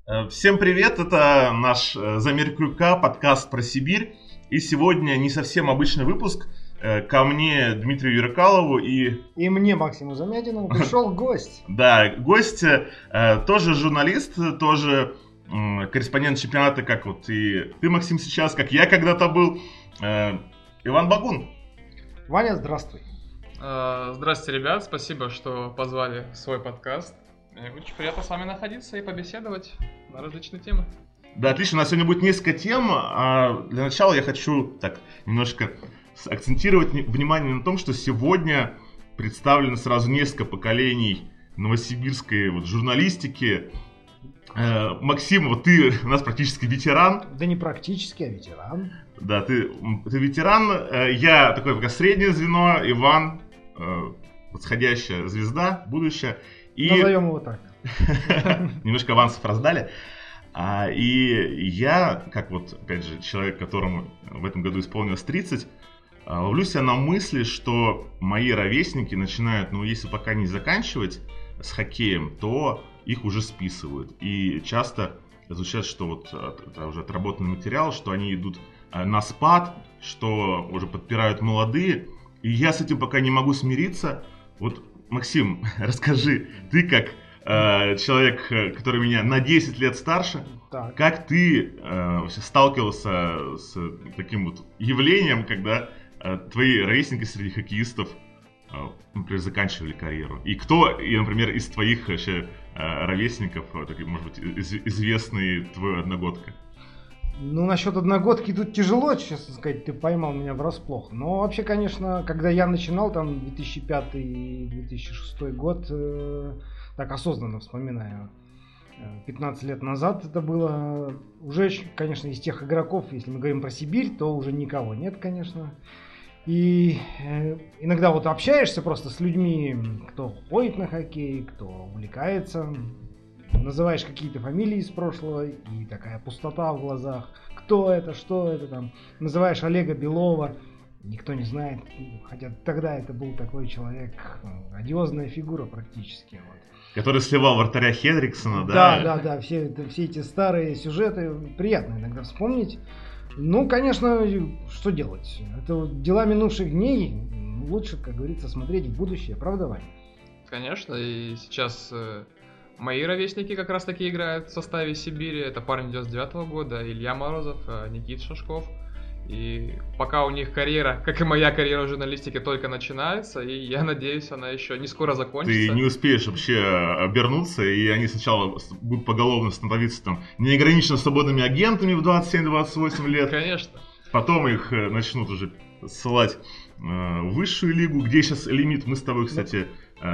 Всем привет, это наш «Замер крюка», подкаст про Сибирь. И сегодня не совсем обычный выпуск. Ко мне, Дмитрию Яркалову и мне, Максиму Замятину, пришел гость. Да, гость тоже журналист, тоже корреспондент чемпионата, как вот и ты, Максим, сейчас, как я когда-то был. Иван Багун. Ваня, здравствуй. Здравствуйте, ребят, спасибо, что позвали в свой подкаст. Очень приятно с вами находиться и побеседовать на различные темы. Да, отлично, у нас сегодня будет несколько тем. Для начала я хочу так немножко акцентировать внимание на том, что сегодня представлено сразу несколько поколений новосибирской журналистики. Максим, вот ты у нас практически ветеран. Да не практически, а ветеран. Да, ты ветеран. Я такое пока среднее звено. Иван, восходящая звезда, будущее. И... Назовем его так. Немножко авансов раздали. И я, как вот, опять же, человек, которому в этом году исполнилось 30, ловлю себя на мысли, что мои ровесники начинают, если пока не заканчивать с хоккеем, то их уже списывают. И часто звучит, что вот это уже отработанный материал, что они идут на спад, что уже подпирают молодые. И я с этим пока не могу смириться. Вот, Максим, расскажи, ты как человек, который меня на 10 лет старше, так. Как ты сталкивался с таким вот явлением, когда твои ровесники среди хоккеистов, например, заканчивали карьеру? И кто, например, из твоих вообще ровесников, может быть, известный твой одногодка? Насчет одногодки тут тяжело, честно сказать, ты поймал меня врасплох. Но вообще, конечно, когда я начинал, там, 2005-2006 год, так осознанно вспоминаю, 15 лет назад это было, уже, конечно, из тех игроков, если мы говорим про Сибирь, то уже никого нет, конечно. И иногда вот общаешься просто с людьми, кто ходит на хоккей, кто увлекается, называешь какие-то фамилии из прошлого, и такая пустота в глазах. Кто это, что это там? Называешь Олега Белова, никто не знает, хотя тогда это был такой человек, одиозная фигура практически. Вот. Который сливал вратаря Хенриксона, да? Да, все эти старые сюжеты приятно иногда вспомнить. Конечно, что делать? Это дела минувших дней, лучше, как говорится, смотреть в будущее, правда, Ваня? Конечно, и сейчас мои ровесники как раз таки играют в составе Сибири. Это парень 99-го года, Илья Морозов, Никита Шашков. И пока у них карьера, как и моя карьера в журналистике, только начинается, и я надеюсь, она еще не скоро закончится. Ты не успеешь вообще обернуться, и они сначала будут поголовно становиться там неограниченно свободными агентами в 27-28 лет. Конечно. Потом их начнут уже ссылать в высшую лигу, где сейчас лимит. Мы с тобой, кстати,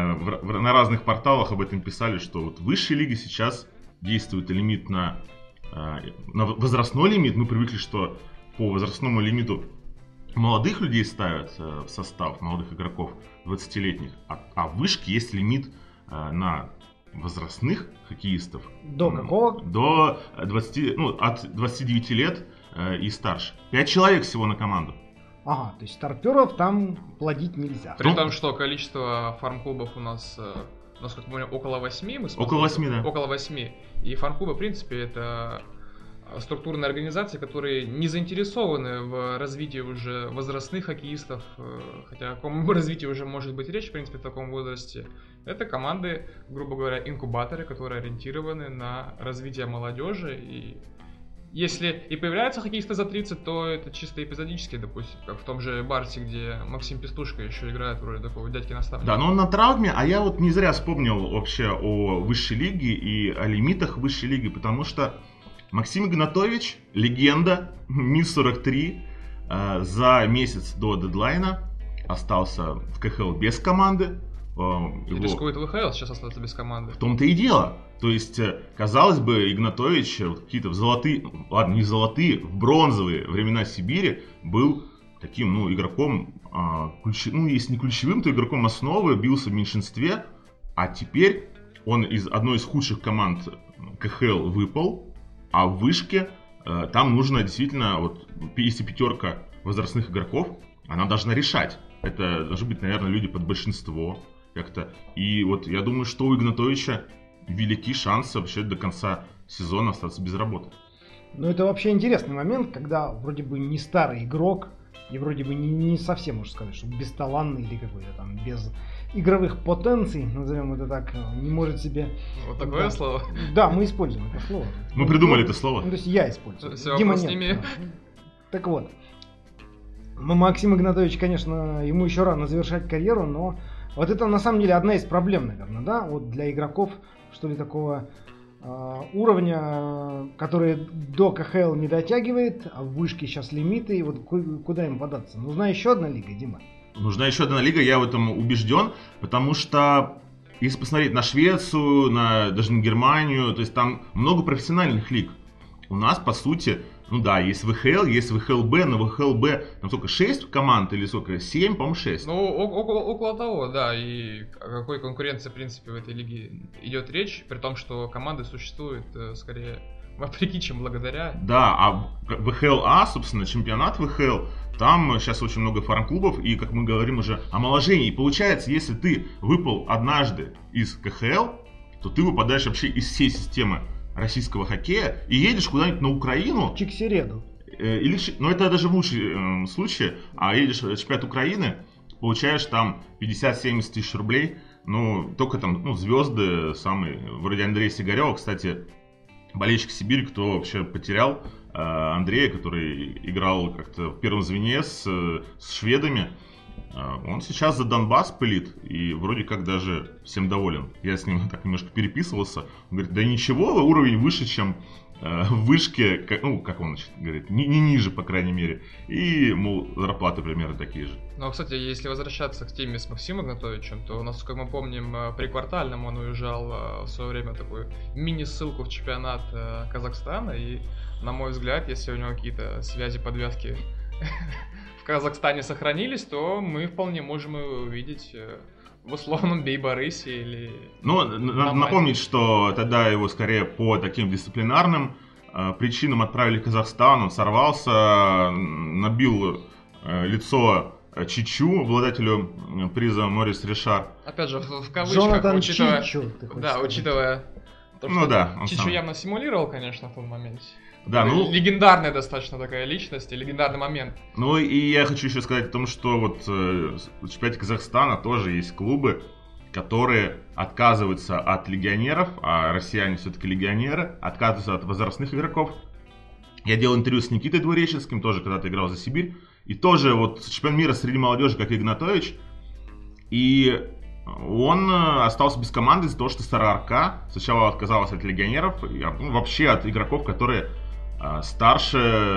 на разных порталах об этом писали, что вот в высшей лиге сейчас действует лимит на возрастной лимит. Мы привыкли, что по возрастному лимиту молодых людей ставят в состав, молодых игроков, 20-летних, а в вышке есть лимит на возрастных хоккеистов. До какого? До 20, от 29 лет и старше. 5 человек всего на команду. Ага, то есть старперов там плодить нельзя. При том, что количество фарм-клубов у нас, насколько мы помним, около 8. Около 8, да. Около 8. И фарм-клубы, в принципе, это структурные организации, которые не заинтересованы в развитии уже возрастных хоккеистов, хотя о каком развитии уже может быть речь, в принципе, в таком возрасте. Это команды, грубо говоря, инкубаторы, которые ориентированы на развитие молодежи. И если и появляются хоккеисты за 30, то это чисто эпизодически, допустим, как в том же Барсе, где Максим Пестушко еще играет в роли такого дядьки-наставника. Да, но он на травме, а я вот не зря вспомнил вообще о высшей лиге и о лимитах высшей лиги, потому что Максим Игнатович, легенда, МИ-43, за месяц до дедлайна остался в КХЛ без команды. Рискует в ВХЛ сейчас остаться без команды. В том-то и дело. То есть, казалось бы, Игнатович какие-то в золотые, ладно, не в золотые, в бронзовые времена Сибири был таким, игроком, если не ключевым, то игроком основы, бился в меньшинстве, а теперь он из одной из худших команд КХЛ выпал. А в вышке там нужно действительно, если пятерка возрастных игроков, она должна решать. Это должны быть, наверное, люди под большинство как-то. И я думаю, что у Игнатовича велики шансы вообще до конца сезона остаться без работы. Ну, это вообще интересный момент, когда вроде бы не старый игрок, и вроде бы не совсем, можно сказать, что бесталанный или какой-то там без игровых потенций, назовем это так, не может себе... Вот такое слово? Да, мы используем это слово. Мы придумали это слово. Ну, то есть я использую. Все, Дима вопрос нет. не имею. Так вот. Максим Игнатович, конечно, ему еще рано завершать карьеру, но вот это на самом деле одна из проблем, наверное, да, вот для игроков, что ли, такого уровня, который до КХЛ не дотягивает, а в вышке сейчас лимиты, и вот куда им податься? Нужна еще одна лига, Дима? Нужна еще одна лига, я в этом убежден, потому что если посмотреть на Швецию, даже на Германию, то есть там много профессиональных лиг. У нас, по сути, ну да, есть ВХЛ, есть ВХЛБ, но ВХЛБ там сколько, 6 команд или сколько, 7, по-моему, 6? Ну, около того, да, и о какой конкуренции, в принципе, в этой лиге идет речь, при том, что команды существуют скорее вопреки, чем благодаря. Да, а ВХЛ-А, собственно, чемпионат ВХЛ, там сейчас очень много фарм-клубов, и, как мы говорим уже, омоложение. И получается, если ты выпал однажды из КХЛ, то ты выпадаешь вообще из всей системы российского хоккея и едешь куда-нибудь на Украину. Чиксереду. Ну, это даже в лучшем случае. А едешь в чемпионат Украины, получаешь там 50-70 тысяч рублей. Ну, только там звезды самые, вроде Андрея Сигарева, кстати, болельщик Сибири, кто вообще потерял Андрея, который играл как-то в первом звене с шведами. Он сейчас за Донбасс пылит и вроде как даже всем доволен. Я с ним так немножко переписывался. Он говорит, да ничего, уровень выше, чем в вышке, ну, как он говорит, не ниже, по крайней мере. И, мол, зарплаты примерно такие же. Ну, кстати, если возвращаться к теме с Максимом Игнатовичем, то у нас, как мы помним, при квартальном он уезжал в свое время такую мини-ссылку в чемпионат Казахстана. И, на мой взгляд, если у него какие-то связи, подвязки в Казахстане сохранились, то мы вполне можем его увидеть в условном Бейбарысе или... Ну, надо напомнить, что тогда его скорее по таким дисциплинарным причинам отправили в Казахстан. Он сорвался, набил лицо Чичу, обладателю приза Морис Ришар. Опять же, в кавычках, Джонатан учитывая... Чичу, Да, учитывая... То, ну что да, Чичу сам. явно симулировал, конечно, в том моменте. Да, ну, легендарная достаточно такая личность и легендарный момент. Ну и я хочу еще сказать о том, что вот в чемпионате Казахстана тоже есть клубы, которые отказываются от легионеров, а россияне все-таки легионеры, отказываются от возрастных игроков. Я делал интервью с Никитой Двуреченским, тоже когда-то играл за Сибирь, и тоже вот чемпион мира среди молодежи, как Игнатович, и он остался без команды из-за того, что СРРК сначала отказалась от легионеров, вообще от игроков, которые старше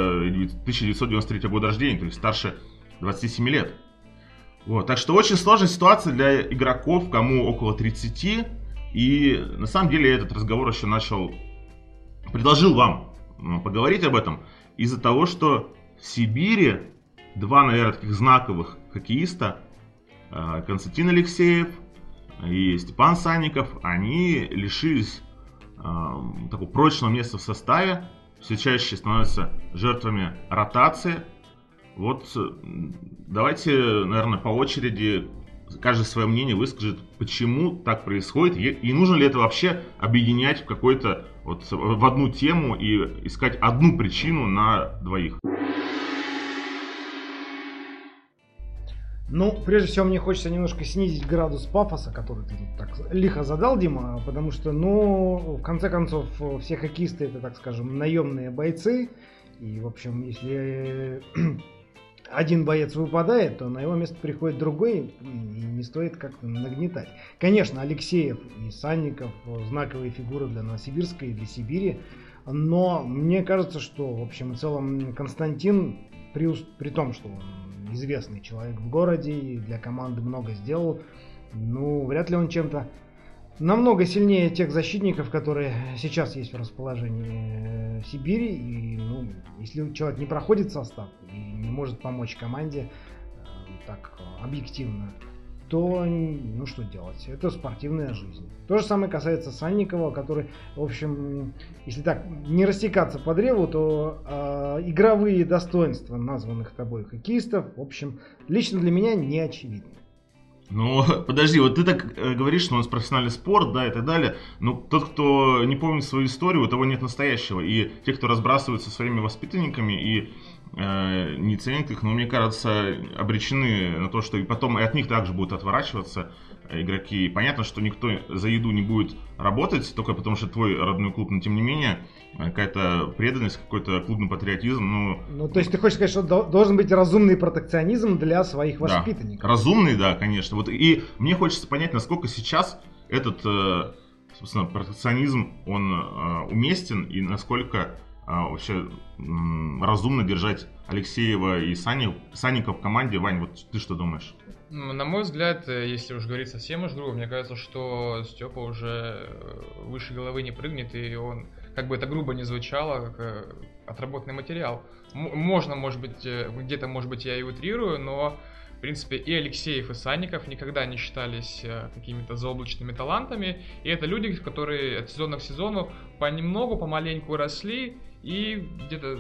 1993 года рождения, то есть старше 27 лет. Вот, так что очень сложная ситуация для игроков, кому около 30. И на самом деле я этот разговор еще предложил вам поговорить об этом из-за того, что в Сибири два, наверное, таких знаковых хоккеиста, Константин Алексеев и Степан Санников, они лишились такого прочного места в составе, все чаще становятся жертвами ротации. Вот давайте, наверное, по очереди каждый свое мнение выскажет, почему так происходит, и нужно ли это вообще объединять в какой-то вот в одну тему и искать одну причину на двоих. Ну, прежде всего, мне хочется немножко снизить градус пафоса, который ты тут так лихо задал, Дима, потому что, ну, в конце концов, все хоккеисты это, так скажем, наемные бойцы, и, в общем, если один боец выпадает, то на его место приходит другой, и не стоит как-то нагнетать. Конечно, Алексеев и Санников знаковые фигуры для Новосибирска и для Сибири, но мне кажется, что, в общем и целом, Константин, при том, что он известный человек в городе и для команды много сделал, ну, вряд ли он чем-то намного сильнее тех защитников, которые сейчас есть в расположении Сибири. И, ну, если человек не проходит состав и не может помочь команде так объективно, то, ну, что делать? Это спортивная жизнь. То же самое касается Санникова, который, в общем, если так не растекаться по древу, то игровые достоинства названных тобой хоккеистов, в общем, лично для меня не очевидны. Ну, подожди, вот ты так говоришь, что у нас профессиональный спорт, да, и так далее, но тот, кто не помнит свою историю, у того нет настоящего. И те, кто разбрасываются своими воспитанниками и не ценят их, но мне кажется, обречены на то, что и потом и от них также будут отворачиваться игроки. И понятно, что никто за еду не будет работать, только потому что твой родной клуб, но тем не менее, какая-то преданность, какой-то клубный патриотизм. Ну, то есть ты хочешь сказать, что должен быть разумный протекционизм для своих воспитанников? Да, разумный, да, конечно. Вот, и мне хочется понять, насколько сейчас этот, собственно, протекционизм, он уместен, и насколько вообще разумно держать Алексеева и Санника в команде. Вань, вот ты что думаешь? На мой взгляд, если уж говорить совсем уж грубо, мне кажется, что Степа уже выше головы не прыгнет, и он, как бы это грубо не звучало, как отработанный материал. Можно, может быть, где-то, может быть, я и утрирую, но, в принципе, и Алексеев, и Санников никогда не считались какими-то заоблачными талантами, и это люди, которые от сезона к сезону понемногу, помаленьку росли, и где-то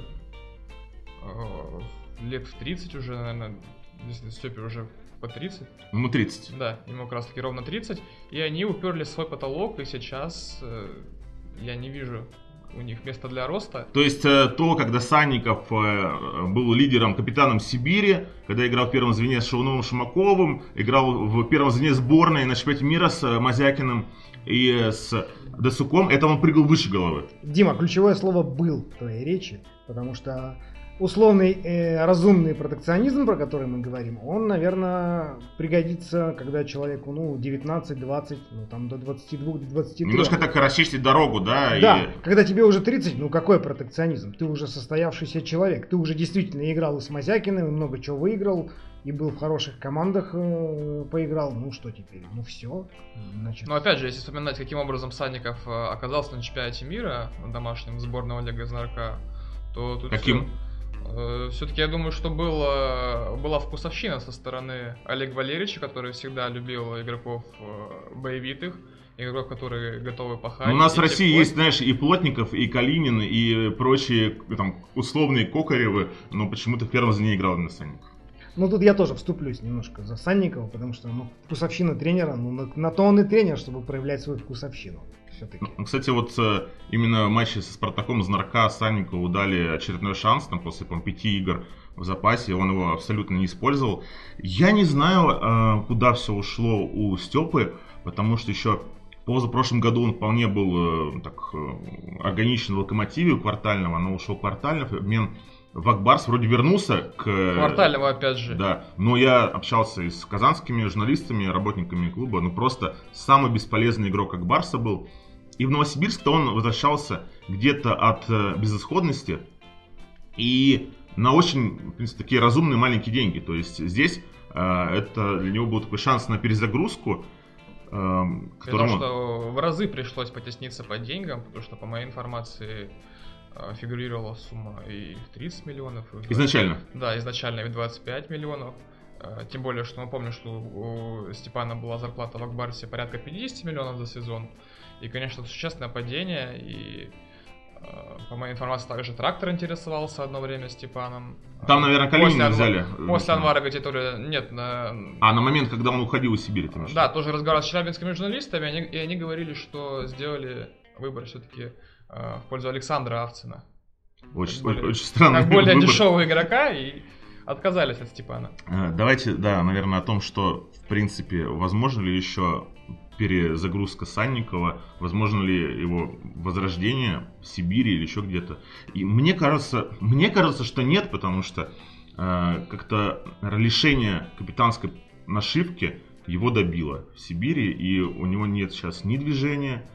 лет в 30 уже, наверное, если Степе уже по 30. Ему 30. Да, ему как раз таки ровно 30. И они уперли свой потолок, и сейчас я не вижу у них места для роста. То есть то, когда Санников был лидером, капитаном Сибири, когда играл в первом звене с Шауновым, Шумаковым, играл в первом звене сборной на чемпионате мира с Мазякиным и с Десуком, это он прыгал выше головы. Дима, ключевое слово «был» в твоей речи, потому что условный разумный протекционизм, про который мы говорим, он, наверное, пригодится, когда человеку, 19-20, там до 22-23. Немножко так расчистить дорогу, да? Да, когда тебе уже 30, какой протекционизм? Ты уже состоявшийся человек, ты уже действительно играл и с Мазякиным, и много чего выиграл, и был в хороших командах, поиграл, что теперь? Все. Значит... Но опять же, если вспоминать, каким образом Санников оказался на чемпионате мира домашнем сборной Олега Знарка, то тут... Каким? Все-таки я думаю, что была вкусовщина со стороны Олега Валерьевича, который всегда любил игроков боевитых, игроков, которые готовы пахать. У нас в России есть, знаешь, и Плотников, и Калинин, и прочие там условные Кокаревы, но почему-то в первом звене играл на Санников. Тут я тоже вступлюсь немножко за Санникова, потому что вкусовщина тренера, на то он и тренер, чтобы проявлять свою вкусовщину. Все-таки. Кстати, вот именно в матче со Спартаком Знарка Санникову дали очередной шанс, после 5 игр в запасе, он его абсолютно не использовал. Я не знаю, куда все ушло у Степы, потому что еще в позапрошлом году он вполне был органичен в Локомотиве у Квартального, но ушел Квартальный, в обмен в Акбарс вроде вернулся к... Квартального опять же. Да, но я общался и с казанскими журналистами, работниками клуба, просто самый бесполезный игрок Акбарса был. И в Новосибирск-то он возвращался где-то от безысходности и на очень, в принципе, такие разумные маленькие деньги. То есть здесь это для него был такой шанс на перезагрузку. Потому что в разы пришлось потесниться по деньгам, потому что, по моей информации, фигурировала сумма и 30 миллионов. Изначально? Да, изначально и 25 миллионов. Тем более, что мы помним, что у Степана была зарплата в Акбарсе порядка 50 миллионов за сезон. И, конечно, существенное падение. И, по моей информации, также Трактор интересовался одно время Степаном. Там, наверное, Калинина взяли. После Анвара Гаджиатура нет. На момент, когда он уходил из Сибири. Да, тоже разговаривал с челябинскими журналистами, и они говорили, что сделали выбор все-таки в пользу Александра Авцина. Очень странный как более выбор. Дешевого игрока, и отказались от Степана. Давайте, наверное, о том, что, в принципе, возможно ли еще перезагрузка Санникова, возможно ли его возрождение в Сибири или еще где-то. И мне кажется, что нет, потому что как-то лишение капитанской нашивки его добило в Сибири, и у него нет сейчас ни движения,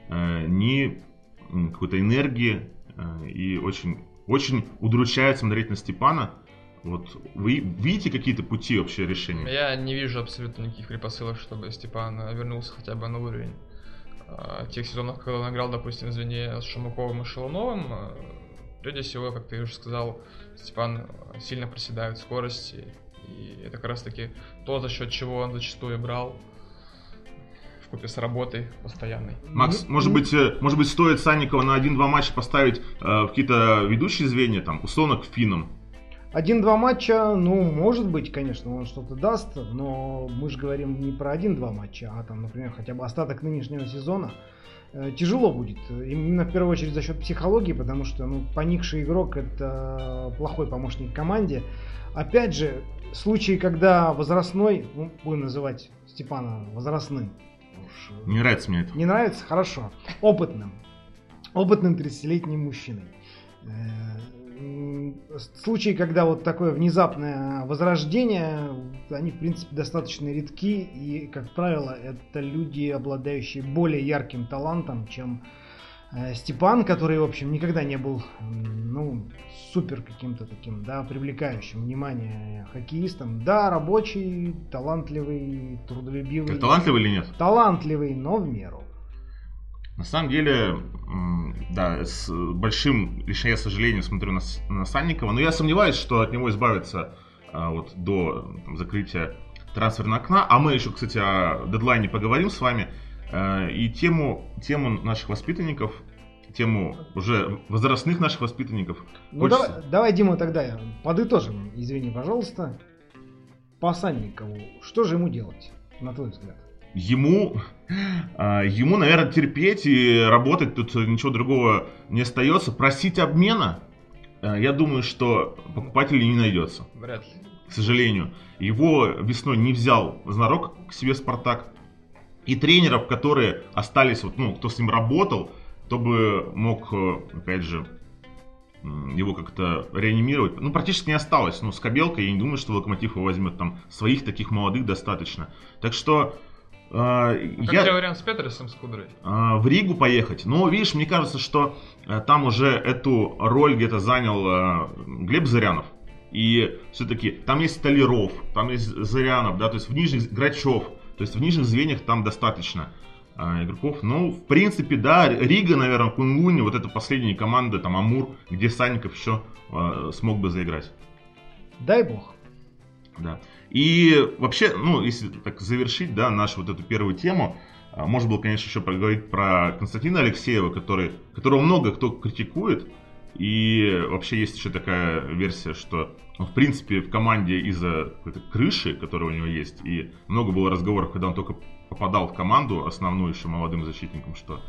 ни какой-то энергии, и очень, очень удручает смотреть на Степана. Вот вы видите какие-то пути вообще решения? Я не вижу абсолютно никаких предпосылок, чтобы Степан вернулся хотя бы на уровень тех сезонов, когда он играл, допустим, в звене с Шумаковым и Шелуновым. Прежде всего, как ты уже сказал, Степан сильно проседает в скорости, и это как раз таки то, за счет чего он зачастую брал вкупе с работой постоянной. Макс, может быть, стоит Санникова на 1-2 матча поставить в какие-то ведущие звенья, там, условно к финнам? 1-2 матча, ну, может быть, конечно, он что-то даст, но мы же говорим не про 1-2 матча, а там, например, хотя бы остаток нынешнего сезона. Тяжело будет. Именно в первую очередь за счет психологии, потому что поникший игрок — это плохой помощник команде. Опять же, случаи, когда возрастной, будем называть Степана возрастным. Не нравится мне это. Не нравится? Хорошо. Опытным 30-летним мужчиной. Случаи, когда вот такое внезапное возрождение, они, в принципе, достаточно редки, и, как правило, это люди, обладающие более ярким талантом, чем Степан, который, в общем, никогда не был, супер каким-то таким, да, привлекающим внимание хоккеистом. Да, рабочий, талантливый, трудолюбивый. Ты талантливый или нет? Талантливый, но в меру. На самом деле, да, с большим лишнее сожалением смотрю на Санникова, но я сомневаюсь, что от него избавиться до закрытия трансферного окна. А мы еще, кстати, о дедлайне поговорим с вами. И тему наших воспитанников, тему уже возрастных наших воспитанников. Давай, Дима, тогда подытожим, извини, пожалуйста, по Санникову. Что же ему делать, на твой взгляд? Ему, наверное, терпеть и работать, тут ничего другого не остается. Просить обмена, я думаю, что покупателей не найдется. Вряд ли. К сожалению. Его весной не взял знарок к себе Спартак. И тренеров, которые остались, кто с ним работал, кто бы мог, опять же, его как-то реанимировать, практически не осталось. Скобелка, я не думаю, что Локомотив его возьмет. Там своих таких молодых достаточно. Так что тебе вариант с Петерсом, с Кудрой? В Ригу поехать. Но, видишь, мне кажется, что там уже эту роль где-то занял Глеб Зырянов. И все-таки там есть Столяров, там есть Зырянов, да, то есть в нижних Грачев. То есть в нижних звеньях там достаточно игроков. В принципе, да, Рига, наверное, Куньлунь, вот это последняя команда, там Амур, где Санников еще смог бы заиграть. Дай бог. Да. И вообще, если так завершить, да, нашу вот эту первую тему, можно было, конечно, еще поговорить про Константина Алексеева, которого много кто критикует. И вообще есть еще такая версия, что он, в принципе, в команде из-за какой-то крыши, которая у него есть, и много было разговоров, когда он только попадал в команду, основную еще молодым защитником, что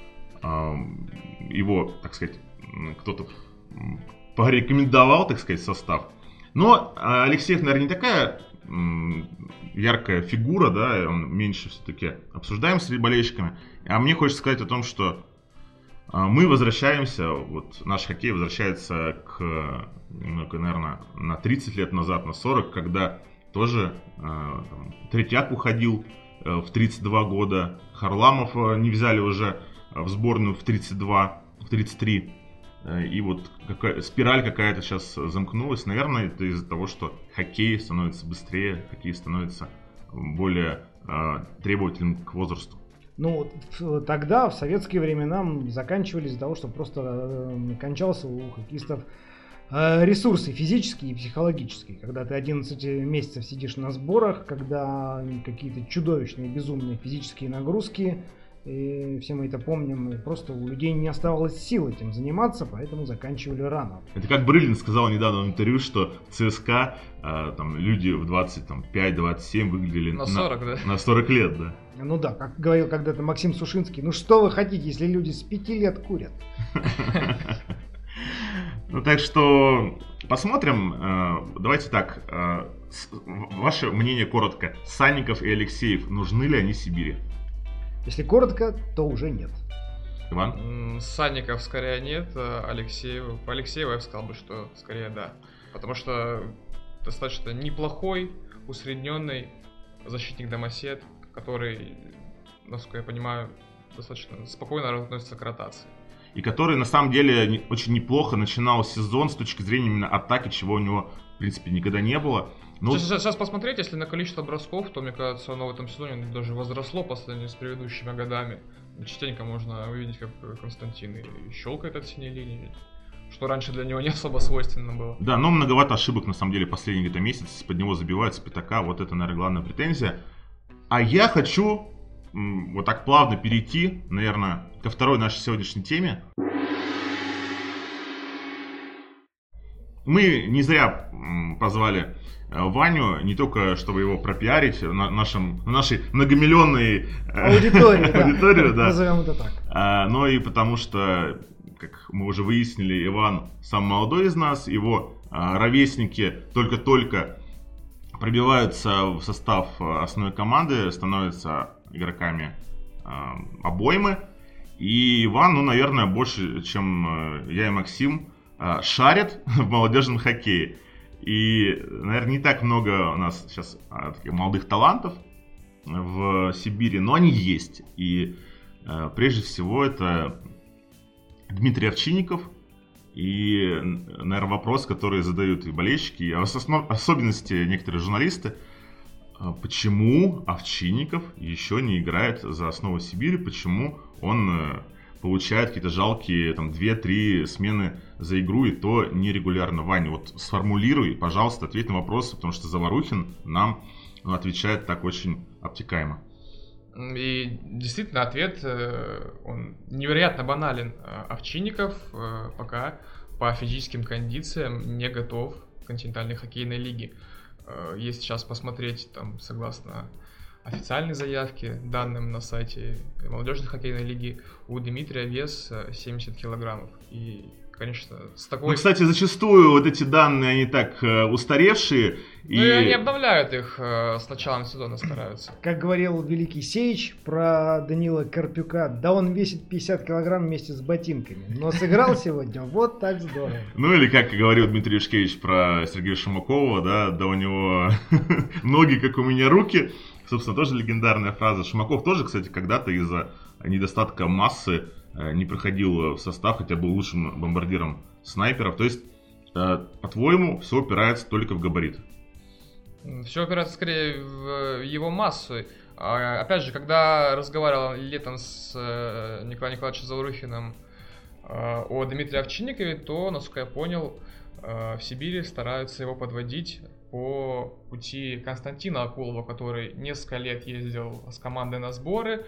его, так сказать, кто-то порекомендовал, так сказать, состав. Но Алексеев, наверное, не такая яркая фигура, да, он меньше все-таки обсуждаем среди болельщиками. А мне хочется сказать о том, что мы возвращаемся, наш хоккей возвращается наверное, на 30 лет назад, на 40, когда тоже Третьяк уходил в 32 года, Харламов не взяли уже в сборную в 32, в 33. И спираль какая-то сейчас замкнулась. Наверное, это из-за того, что хоккей становится быстрее, хоккей становится более требовательным к возрасту. Тогда, в советские времена, заканчивались из-за того, что просто кончался у хоккеистов ресурсы физические и психологические. Когда ты 11 месяцев сидишь на сборах, когда какие-то чудовищные, безумные физические нагрузки, и все мы это помним, и просто у людей не оставалось сил этим заниматься, поэтому заканчивали рано. Это как Брылин сказал недавно в интервью, что ЦСКА, люди в 25-27 выглядели на 40, да? На 40 лет, да. Как говорил когда-то Максим Сушинский, что вы хотите, если люди с 5 лет курят? Так что посмотрим. Давайте так. Ваше мнение коротко. Санников и Алексеев, нужны ли они Сибири? Если коротко, то уже нет. Иван? Санников скорее нет, по Алексееву я сказал бы, что скорее да. Потому что достаточно неплохой, усредненный защитник-домосед, который, насколько я понимаю, достаточно спокойно относится к ротации. И который на самом деле очень неплохо начинал сезон с точки зрения именно атаки, чего у него в принципе никогда не было. Сейчас посмотреть, если на количество бросков, то, мне кажется, оно в этом сезоне даже возросло по сравнению с предыдущими годами. Частенько можно увидеть, как Константин и щелкает от синей линии, что раньше для него не особо свойственно было. Да, но многовато ошибок на самом деле последние где-то месяц, под него забивают с пятака, вот это, наверное, главная претензия. А я хочу вот так плавно перейти, наверное, ко второй нашей сегодняшней теме. мы не зря позвали Ваню, не только чтобы его пропиарить на нашей многомиллионной аудитории, назовем это так, но и потому что, как мы уже выяснили, Иван самый молодой из нас, его ровесники только-только пробиваются в состав основной команды, становятся игроками обоймы. И Иван, наверное, больше, чем я и Максим, шарит в молодежном хоккее. И, наверное, не так много у нас сейчас таких молодых талантов в Сибири, но они есть. И прежде всего это Дмитрий Овчинников. И, наверное, вопрос, который задают и болельщики, и в особенности некоторые журналисты, почему Овчинников еще не играет за основу Сибири, почему он получает какие-то жалкие 2-3 смены за игру, и то нерегулярно. Ваня, вот сформулируй, пожалуйста, ответь на вопросы, потому что Заварухин нам отвечает так очень обтекаемо. И действительно ответ, он невероятно банален. Овчинников пока по физическим кондициям не готов к континентальной хоккейной лиге. Если сейчас посмотреть, там, согласно официальной заявке, данным на сайте молодежной хоккейной лиги, у Дмитрия вес 70 килограммов. И, конечно, с такой... кстати, зачастую вот эти данные, они так устаревшие. И они обновляют их с началом сезона, стараются. Как говорил великий Сеич про Данила Карпюка, да он весит 50 килограмм вместе с ботинками, но сыграл сегодня вот так здорово. Или как говорил Дмитрий Юшкевич про Сергея Шумакова, да у него ноги, как у меня руки. Собственно, тоже легендарная фраза. Шумаков тоже, кстати, когда-то из-за недостатка массы не проходил в состав, хотя был лучшим бомбардиром снайперов. То есть, по-твоему, все упирается только в габарит? Все опирается скорее в его массу. Опять же, когда разговаривал летом с Николаем Николаевичем Заварухиным о Дмитрии Овчинникове, то, насколько я понял, в Сибири стараются его подводить по пути Константина Акулова, который несколько лет ездил с командой на сборы,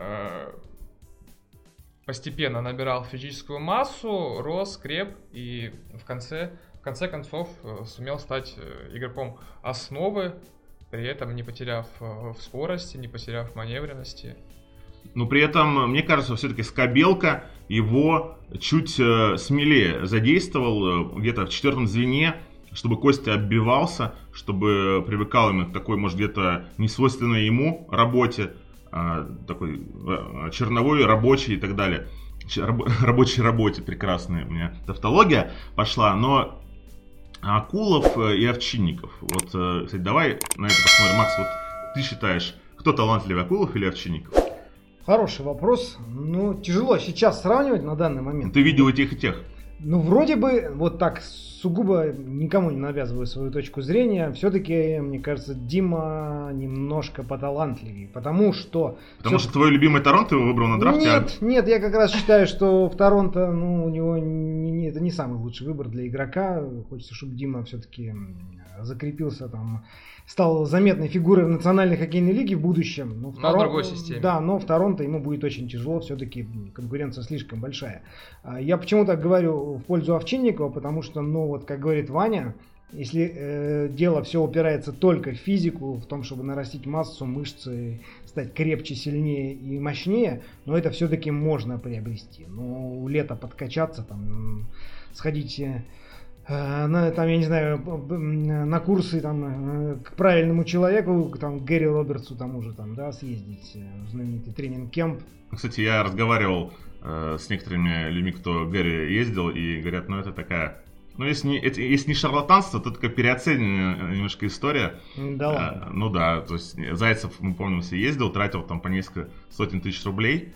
постепенно набирал физическую массу, рос, креп и в конце концов сумел стать игроком основы, при этом не потеряв в скорости, не потеряв в маневренности. Но при этом, мне кажется, все-таки Скобелка его чуть смелее задействовал где-то в 4-м звене, чтобы Костя отбивался, чтобы привыкал именно к такой, может, где-то несвойственной ему работе, такой черновой, рабочей и так далее. Рабочей работе, прекрасная у меня тавтология пошла, но Акулов и Овчинников. Вот, кстати, давай на это посмотрим. Макс, вот ты считаешь, кто талантливый, Акулов или Овчинников? Хороший вопрос. Тяжело сейчас сравнивать на данный момент. Ты видел и тех, и тех. Вроде бы, вот так, сугубо никому не навязываю свою точку зрения, все-таки, мне кажется, Дима немножко поталантливее, потому что твой любимый Торонто его выбрал на драфте? Нет, я как раз считаю, что в Торонто, у него это не самый лучший выбор для игрока. Хочется, чтобы Дима все-таки закрепился там, стал заметной фигурой в национальной хоккейной лиге в будущем. Но в другой системе. Да, но в Торонто ему будет очень тяжело, все-таки конкуренция слишком большая. Я почему так говорю в пользу Овчинникова, потому что, вот как говорит Ваня, если дело все упирается только в физику, в том, чтобы нарастить массу, мышцы, стать крепче, сильнее и мощнее, но это все-таки можно приобрести. Лето подкачаться, сходить... я не знаю, на курсы к правильному человеку, к Гэри Робертсу тому же, съездить в знаменитый тренинг-кемп. Кстати, я разговаривал с некоторыми людьми, кто Гэри ездил, и говорят, это такая... если не шарлатанство, то такая переоцененная немножко история. Да ладно. Да, то есть Зайцев, мы помним, все ездил, тратил по несколько сотен тысяч рублей.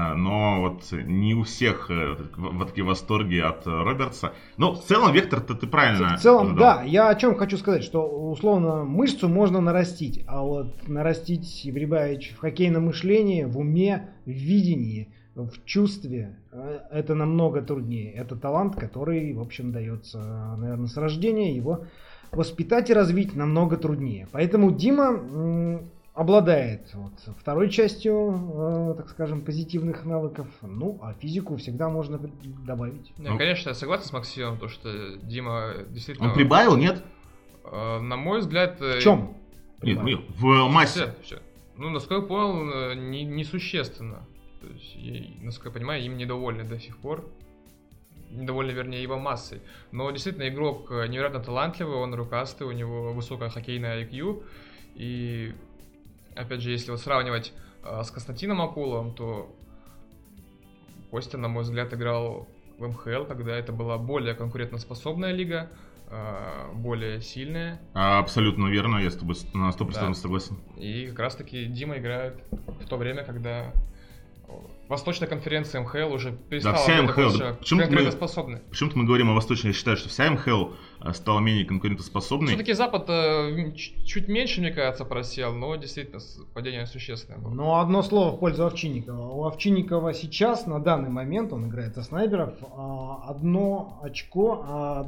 Но не у всех такие восторги от Робертса. Но в целом вектор-то ты правильно. В целом, да. Я о чем хочу сказать, что условно мышцу можно нарастить, а вот нарастить и прибавить в хоккейном мышлении, в уме, в видении, в чувстве, это намного труднее. Это талант, который, в общем, дается, наверное, с рождения. Его воспитать и развить намного труднее. Поэтому Дима... обладает второй частью, так скажем, позитивных навыков. Ну, а физику всегда можно добавить. Конечно, я согласен с Максимом, то что Дима действительно... Он прибавил, нет? На мой взгляд... В чем? Нет, в массе. Все. Ну, насколько я понял, несущественно. То есть, насколько я понимаю, им недовольны до сих пор. Недовольны, вернее, его массой. Но действительно, игрок невероятно талантливый, он рукастый, у него высокая хоккейная IQ. И, опять же, если вот сравнивать с Константином Акуловым, то Костя, на мой взгляд, играл в МХЛ, когда это была более конкурентоспособная лига, более сильная. Абсолютно верно, я с тобой на 100% согласен. И как раз-таки Дима играет в то время, когда Восточная конференция МХЛ уже перестала быть конкурентоспособной. Почему-то мы говорим о Восточной, я считаю, что вся МХЛ стала менее конкурентоспособной. Все-таки Запад чуть меньше, мне кажется, просел, но действительно падение существенное было. Но одно слово в пользу Овчинникова. У Овчинникова сейчас, на данный момент, он играет за снайперов, 1 очко,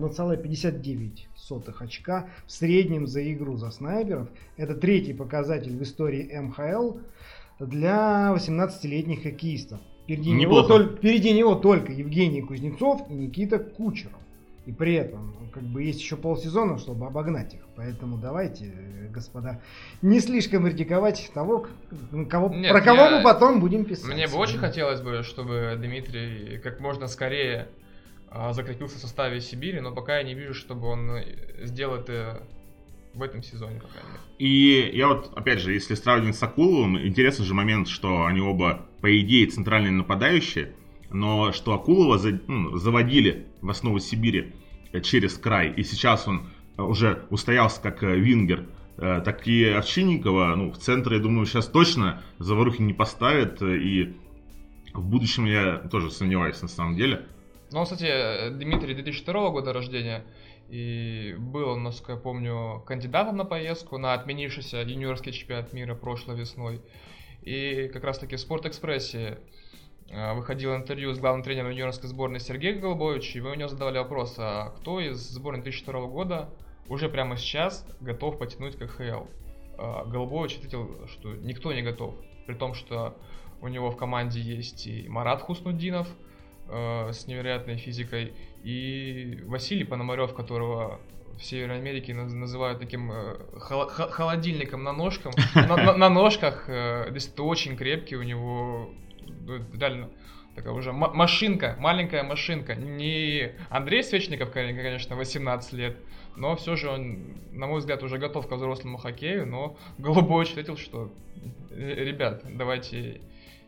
1,59 очка в среднем за игру за снайперов. Это 3-й показатель в истории МХЛ для 18-летних хоккеистов. Впереди него только Евгений Кузнецов и Никита Кучеров. И при этом есть еще полсезона, чтобы обогнать их. Поэтому давайте, господа, не слишком критиковать того, кого мы потом будем писать. Мне бы очень хотелось бы, чтобы Дмитрий как можно скорее закрепился в составе Сибири, но пока я не вижу, чтобы он сделал это в этом сезоне, пока нет. И я вот, опять же, если сравнивать с Акуловым, интересный же момент, что они оба, по идее, центральные нападающие, но что Акулова заводили в основу Сибири через край, и сейчас он уже устоялся как вингер, так и Овчинникова, в центре, я думаю, сейчас точно Заварухин не поставит, и в будущем я тоже сомневаюсь на самом деле. Ну, кстати, Дмитрий 2002 года рождения, и был, насколько я помню, кандидатом на поездку на отменившийся юниорский чемпионат мира прошлой весной. И как раз таки в Спортэкспрессе выходило интервью с главным тренером юниорской сборной Сергеем Голубовичем, и вы у него задавали вопрос, а кто из сборной 2002 года уже прямо сейчас готов потянуть КХЛ? Голубович ответил, что никто не готов, при том, что у него в команде есть и Марат Хуснуддинов с невероятной физикой, и Василий Пономарев, которого в Северной Америке называют таким холодильником на ножках, действительно очень крепкий, у него реально такая уже машинка, маленькая машинка. Не Андрей Свечников, конечно, 18 лет, но все же он, на мой взгляд, уже готов к взрослому хоккею, но Голубович ответил, что ребят, давайте...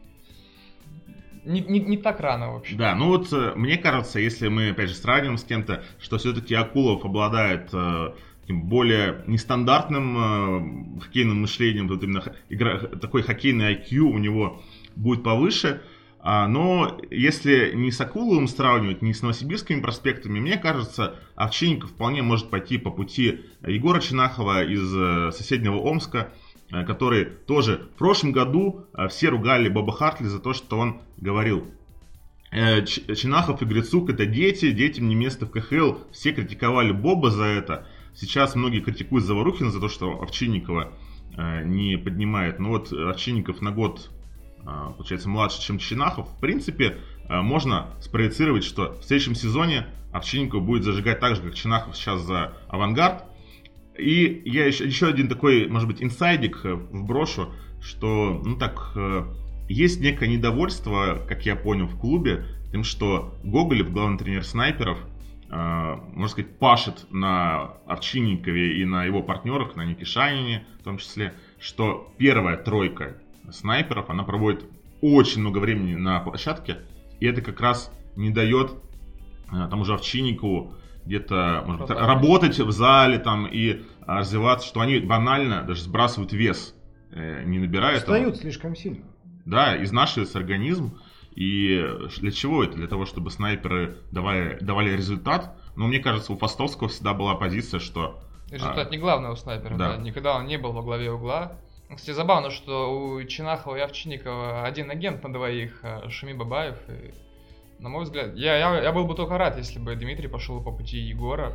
Не так рано вообще. Да, мне кажется, если мы опять же сравним с кем-то, что все-таки Акулов обладает более нестандартным хоккейным мышлением, тут именно такой хоккейный IQ у него будет повыше. Но если не с Акуловым сравнивать, не с новосибирскими проспектами, мне кажется, Овчинников вполне может пойти по пути Егора Чинахова из соседнего Омска, который тоже в прошлом году все ругали Боба Хартли за то, что он говорил: Чинахов и Грицук — это детям не место в КХЛ. Все критиковали Боба за это. Сейчас многие критикуют Заварухина за то, что Овчинникова не поднимает. Но вот Овчинников на год, получается, младше, чем Чинахов. В принципе, можно спроецировать, что в следующем сезоне Овчинников будет зажигать так же, как Чинахов сейчас за Авангард. И я еще один такой, может быть, инсайдик вброшу, что, есть некое недовольство, как я понял, в клубе, тем, что Гоголев, главный тренер снайперов, можно сказать, пашет на Овчинникове и на его партнерах, на Нике Шанине в том числе, что первая тройка снайперов, она проводит очень много времени на площадке, и это как раз не дает тому же Овчинникову где-то, может быть, работать в зале там и развиваться, что они банально даже сбрасывают вес, не набирают. Встают слишком сильно. Да, изнашивается организм. И для чего это? Для того, чтобы снайперы давали результат. Но мне кажется, у Фастовского всегда была позиция, что... Результат не главное у снайпера, да. Никогда он не был во главе угла. Кстати, забавно, что у Чинахова и Овчинникова один агент на двоих, Шами Бабаев. И, на мой взгляд, я был бы только рад, если бы Дмитрий пошел по пути Егора.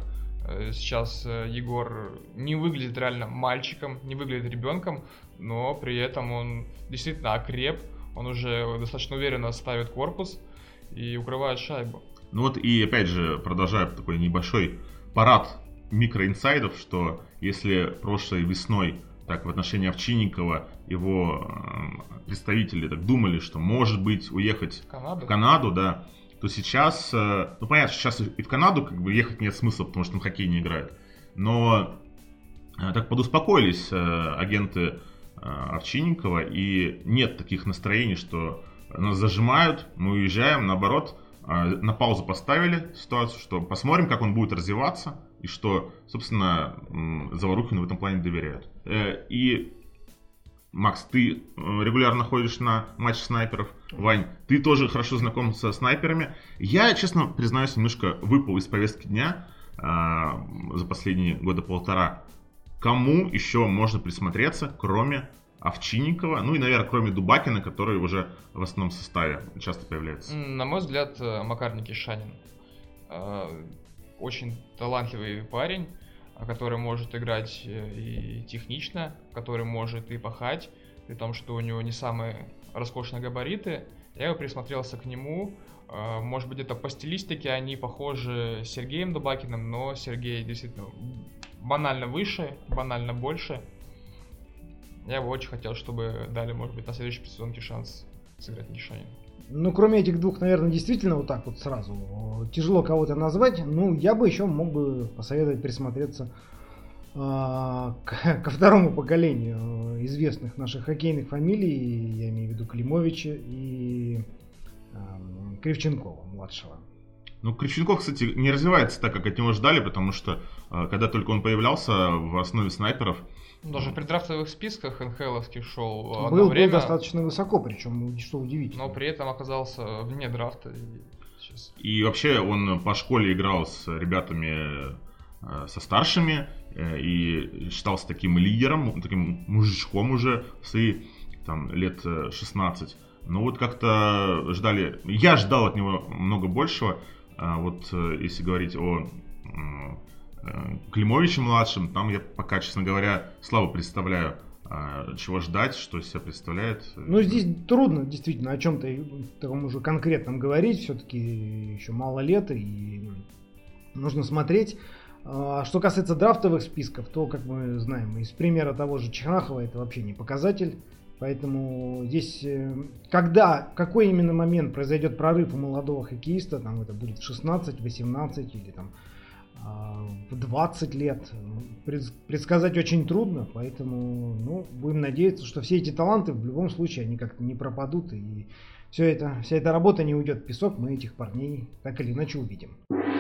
Сейчас Егор не выглядит реально мальчиком, не выглядит ребенком, но при этом он действительно окреп, он уже достаточно уверенно ставит корпус и укрывает шайбу. Ну вот и опять же, продолжая такой небольшой парад микроинсайдов, что если прошлой весной так в отношении Овчинникова его представители так думали, что может быть уехать в Канаду, да, то сейчас, ну понятно, что сейчас и в Канаду как бы ехать нет смысла, потому что он в хоккей не играет. Но так подуспокоились агенты Овчинникова, и нет таких настроений, что нас зажимают, мы уезжаем, наоборот, на паузу поставили ситуацию, что посмотрим, как он будет развиваться, и что, собственно, Заворухину в этом плане доверяют. И, Макс, ты регулярно ходишь на матчи снайперов. Вань, ты тоже хорошо знаком со снайперами. Я, честно признаюсь, немножко выпал из повестки дня за последние года полтора. Кому еще можно присмотреться, кроме Овчинникова, ну и, наверное, кроме Дубакина, который уже в основном составе часто появляется? На мой взгляд, Макар Никишанин. Очень талантливый парень, который может играть и технично, который может и пахать, при том, что у него не самые роскошные габариты. Я бы присмотрелся к нему. Может быть, где-то по стилистике они похожи с Сергеем Дубакиным, но Сергей действительно банально выше, банально больше. Я бы очень хотел, чтобы дали, может быть, на следующий сезонке шанс сыграть Никишанину. Ну, кроме этих двух, наверное, действительно вот так вот сразу тяжело кого-то назвать. Ну, я бы еще мог бы посоветовать присмотреться ко второму поколению известных наших хоккейных фамилий. Я имею в виду Климовича и Кривченкова младшего. Ну, Кривченков, кстати, не развивается так, как от него ждали, потому что когда только он появлялся в основе снайперов, даже в преддрафтовых списках НХЛовских шел был достаточно высоко, причем, что удивительно. Но при этом оказался вне драфта. И вообще он по школе играл с ребятами со старшими и считался таким лидером, таким мужичком уже в свои там, лет 16. Но вот как-то ждали, я ждал от него много большего. Вот если говорить о Климовиче младшем, там я пока, честно говоря, слабо представляю, чего ждать, что из себя представляет. Ну, здесь трудно действительно о чем-то таком уже конкретном говорить, все-таки еще мало лет, и нужно смотреть. Что касается драфтовых списков, то, как мы знаем, из примера того же Чехнахова, это вообще не показатель. Поэтому здесь, какой именно момент произойдет прорыв у молодого хоккеиста, там это будет в 16, 18 или там в 20 лет, предсказать очень трудно, поэтому будем надеяться, что все эти таланты в любом случае они как-то не пропадут, и вся эта работа не уйдет в песок, мы этих парней так или иначе увидим.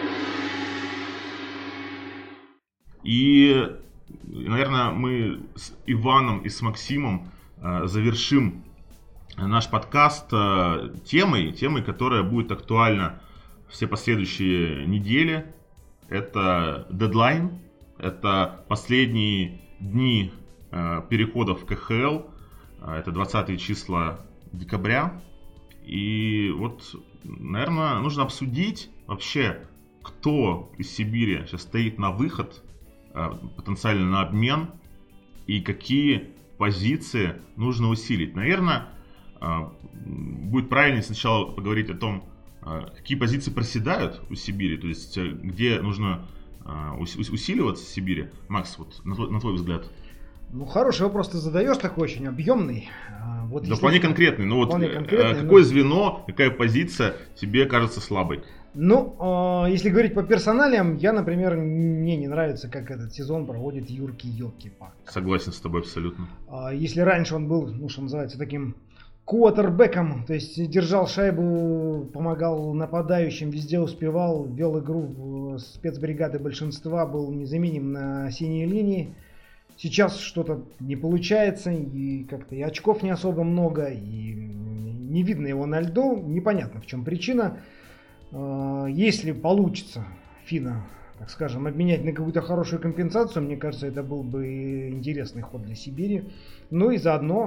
И, наверное, мы с Иваном и с Максимом завершим наш подкаст темой, которая будет актуальна все последующие недели. Это дедлайн, это последние дни переходов в КХЛ, это 20 числа декабря. И вот, наверное, нужно обсудить вообще, кто из Сибири сейчас стоит на выход, потенциально на обмен, и какие позиции нужно усилить. Наверное, будет правильнее сначала поговорить о том, какие позиции проседают у Сибири, то есть где нужно усиливаться в Сибири. Макс, вот на твой взгляд. Ну, хороший вопрос ты задаешь, такой очень объемный. Вот да, вполне конкретный. Ну вот какое звено, какая позиция тебе кажется слабой? Ну, если говорить по персоналиям, например, мне не нравится, как этот сезон проводит Юрки Йокипак. Согласен с тобой абсолютно. Если раньше он был, что называется, таким квотербеком, то есть держал шайбу, помогал нападающим, везде успевал, вел игру в спецбригады большинства, был незаменим на синей линии. Сейчас что-то не получается, и как-то и очков не особо много, и не видно его на льду, непонятно в чем причина. Если получится Фина, так скажем, обменять на какую-то хорошую компенсацию, мне кажется, это был бы интересный ход для Сибири. Ну и заодно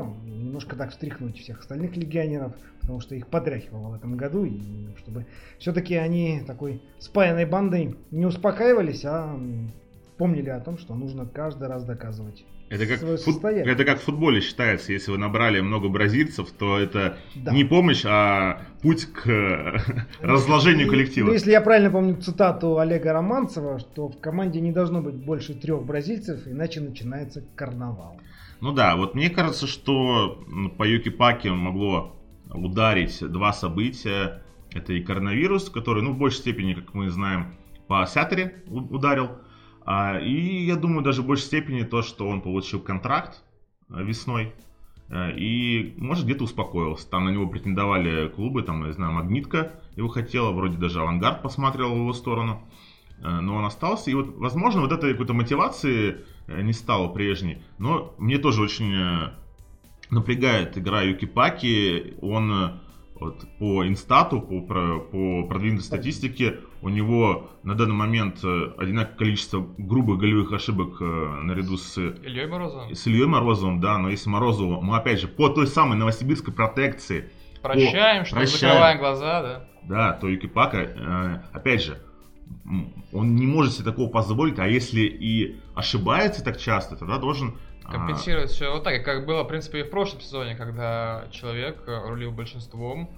немножко так встряхнуть всех остальных легионеров, потому что их потряхивало в этом году, и чтобы все-таки они такой спаянной бандой не успокаивались, а помнили о том, что нужно каждый раз доказывать. Это как в футболе считается, если вы набрали много бразильцев, то это не помощь, а путь к разложению коллектива. Если я правильно помню цитату Олега Романцева, что в команде не должно быть больше 3 бразильцев, иначе начинается карнавал. Ну да, вот мне кажется, что по Юки-Паки могло ударить 2 события. Это и коронавирус, который, в большей степени, как мы знаем, по Сятере ударил. И я думаю, даже в большей степени то, что он получил контракт весной и, может, где-то успокоился. Там на него претендовали клубы, там, я знаю, Магнитка его хотела, вроде даже Авангард посмотрел в его сторону, но он остался. И вот, возможно, вот этой какой-то мотивации не стало прежней. Но мне тоже очень напрягает игра Юки-Паки. Он вот, по инстату, по продвинутой статистике, у него на данный момент одинаковое количество грубых голевых ошибок наряду с Ильей Морозовым. С Ильей Морозовым, да, но если Морозову, мы опять же по той самой новосибирской протекции прощаем, закрываем глаза, да. Да, то Юки-Пака, опять же, он не может себе такого позволить, а если и ошибается так часто, тогда должен компенсировать все вот так, как было, в принципе, и в прошлом сезоне, когда человек рулил большинством,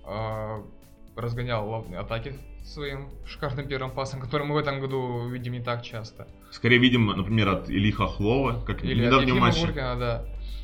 разгонял лобные атаки своим шикарным первым пасом, который мы в этом году видим не так часто. Скорее видим, например, от Ильи Хохлова, как или в недавнем матче. Гуркина, да.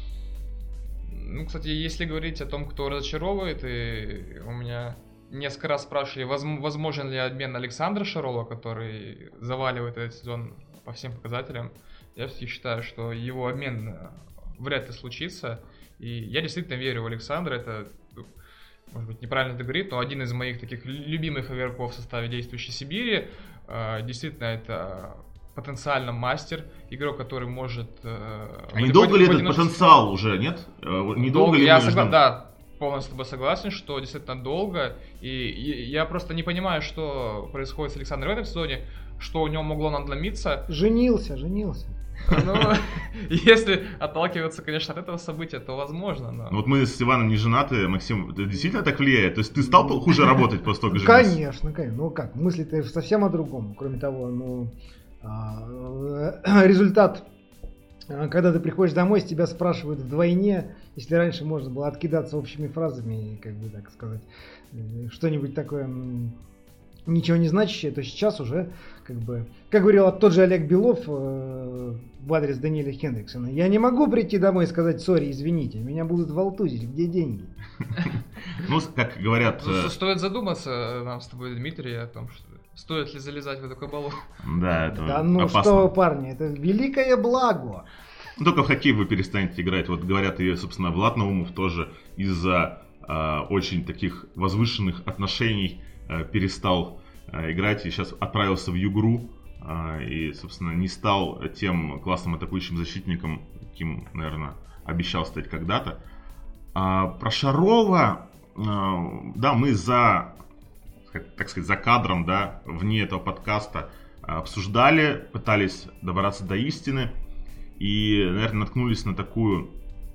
Кстати, если говорить о том, кто разочаровывает, и у меня несколько раз спрашивали, возможен ли обмен Александра Шарова, который заваливает этот сезон по всем показателям. Я все-таки считаю, что его обмен вряд ли случится. И я действительно верю в Александра. Это, может быть, неправильно это говорит, но один из моих таких любимых игроков в составе действующей Сибири. Действительно, это потенциально мастер. Игрок, который может... А недолго ли этот потенциал уже, нет? Недолго ли мы ждем? Да, полностью с тобой согласен, что действительно долго. И я просто не понимаю, что происходит с Александром в этом сезоне, что у него могло надломиться. Женился. Ну, если отталкиваться, конечно, от этого события, то возможно, но... Вот мы с Иваном не женаты, Максим, это действительно так влияет? То есть ты стал хуже работать после того, как женился? Конечно. Ну как, мысли-то совсем о другом. Кроме того, результат, когда ты приходишь домой, с тебя спрашивают вдвойне. Если раньше можно было откидаться общими фразами и, как бы так сказать, что-нибудь такое... ничего не значащее, то сейчас уже, как говорил тот же Олег Белов в адрес Даниэля Хендриксона, я не могу прийти домой и сказать: сори, извините, меня будут волтузить, где деньги? Ну, как говорят... Стоит задуматься нам с тобой, Дмитрий, о том, что стоит ли залезать в эту кабалу. Да, это да ну опасно. Что вы, парни, это великое благо. Только в хоккей вы перестанете играть. Вот говорят, и, собственно, Влад Наумов тоже из-за очень таких возвышенных отношений перестал играть и сейчас отправился в Югру и, собственно, не стал тем классным атакующим защитником, каким, наверное, обещал стать когда-то. Про Шарова, да, мы так сказать, за кадром, да, вне этого подкаста обсуждали, пытались добраться до истины и, наверное, наткнулись на такую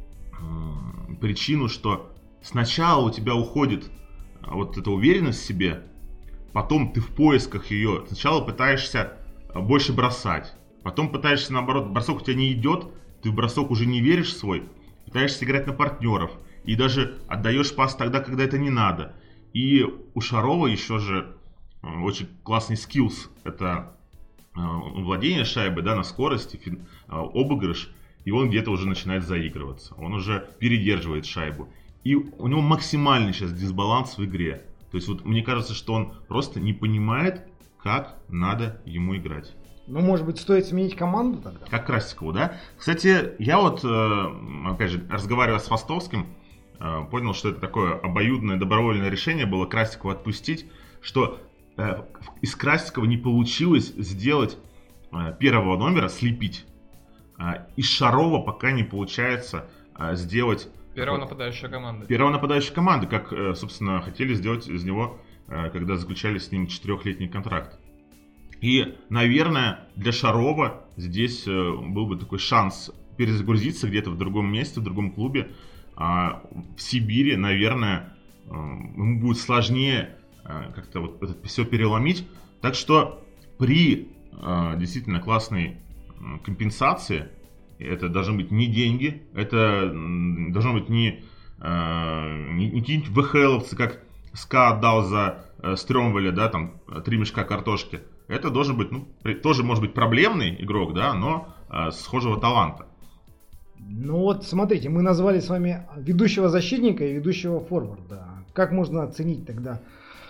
причину, что сначала у тебя уходит вот эта уверенность в себе, потом ты в поисках ее сначала пытаешься больше бросать, потом пытаешься, наоборот, бросок у тебя не идет, ты в бросок уже не веришь свой, пытаешься играть на партнеров и даже отдаешь пас тогда, когда это не надо. И у Шарова еще же очень классный скиллс, это владение шайбой, да, на скорости, обыгрыш, и он где-то уже начинает заигрываться, он уже передерживает шайбу. И у него максимальный сейчас дисбаланс в игре. То есть вот мне кажется, что он просто не понимает, как надо ему играть. Ну, может быть, стоит сменить команду тогда? Как Красикову, да? Кстати, я вот, опять же, разговаривая с Фастовским, понял, что это такое обоюдное добровольное решение было Красикова отпустить, что из Красикова не получилось сделать первого номера, слепить. Из Шарова пока не получается сделать... Первого нападающего команды. Первого нападающего команды, как, собственно, хотели сделать из него, когда заключали с ним 4-летний контракт. И, наверное, для Шарова здесь был бы такой шанс перезагрузиться где-то в другом месте, в другом клубе, в Сибири, наверное, ему будет сложнее как-то вот это все переломить. Так что при действительно классной компенсации, это должны быть не деньги, это должно быть не какие-нибудь ВХЛовцы, как СКА отдал за Стрёмвеля, да, там 3 мешка картошки. Это должен быть, тоже может быть проблемный игрок, да, но схожего таланта. Ну вот, смотрите, мы назвали с вами ведущего защитника и ведущего форварда. Как можно оценить тогда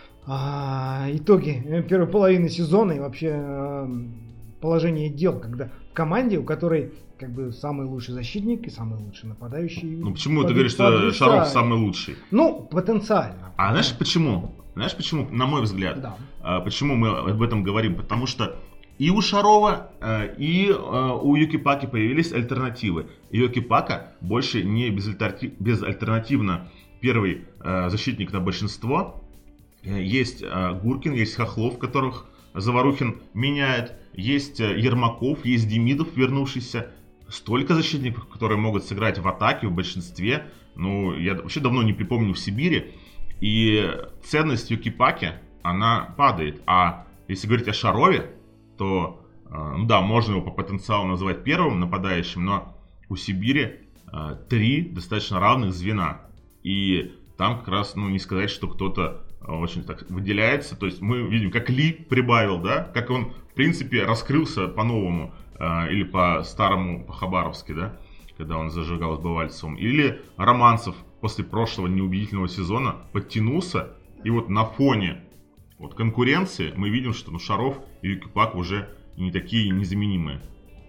итоги первой половины сезона и вообще положение дел, когда в команде, у которой как бы самый лучший защитник и самый лучший нападающий. Ну почему ты говоришь, что Шаров самый лучший? Ну, потенциально. А знаешь почему? Знаешь почему, на мой взгляд? Да. Почему мы об этом говорим? Потому что и у Шарова, и у Йокипаки появились альтернативы. Йокипака больше не безальтернативно первый защитник на большинство. Есть Гуркин, есть Хохлов, которых Заварухин меняет. Есть Ермаков, есть Демидов, вернувшийся. Столько защитников, которые могут сыграть в атаке в большинстве. Ну, я вообще давно не припомню в Сибири. И ценность Йокипаки, она падает. А если говорить о Шарове, то, ну да, можно его по потенциалу называть первым нападающим, но у Сибири 3 достаточно равных звена. И там как раз, ну, не сказать, что кто-то очень так выделяется. То есть мы видим, как Ли прибавил, да, как он, в принципе, раскрылся по-новому, или по-старому, по-хабаровски, да, когда он зажигал с Бывальцевым. Или Романцев после прошлого неубедительного сезона подтянулся, и вот на фоне вот конкуренции мы видим, что Шаров и Йокипак уже не такие незаменимые.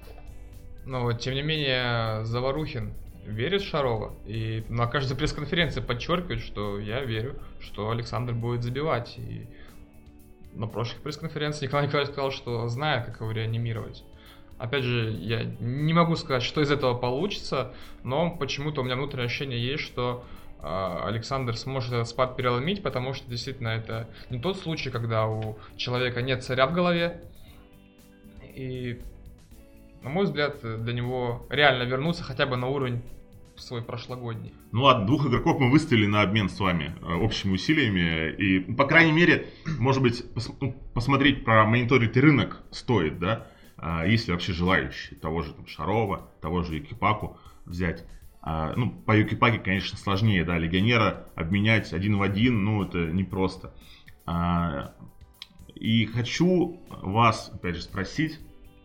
Но, тем не менее, Заварухин верит в Шарова. И на каждой пресс-конференции подчеркивает, что я верю, что Александр будет забивать. И на прошлых пресс-конференциях Николай Николаевич сказал, что знает, как его реанимировать. Опять же, я не могу сказать, что из этого получится, но почему-то у меня внутреннее ощущение есть, что Александр сможет этот спад переломить, потому что действительно это не тот случай, когда у человека нет царя в голове. И, на мой взгляд, для него реально вернуться хотя бы на уровень свой прошлогодний. Ну ладно, 2 игроков мы выставили на обмен с вами общими усилиями. И, по крайней мере, может быть, посмотреть, промониторить рынок стоит, да? Есть ли вообще желающие того же там, Шарова, того же Йокипаку взять. Ну, по Йокипаке, конечно, сложнее, да, легионера обменять 1 в 1, ну, это непросто. И хочу вас, опять же, спросить,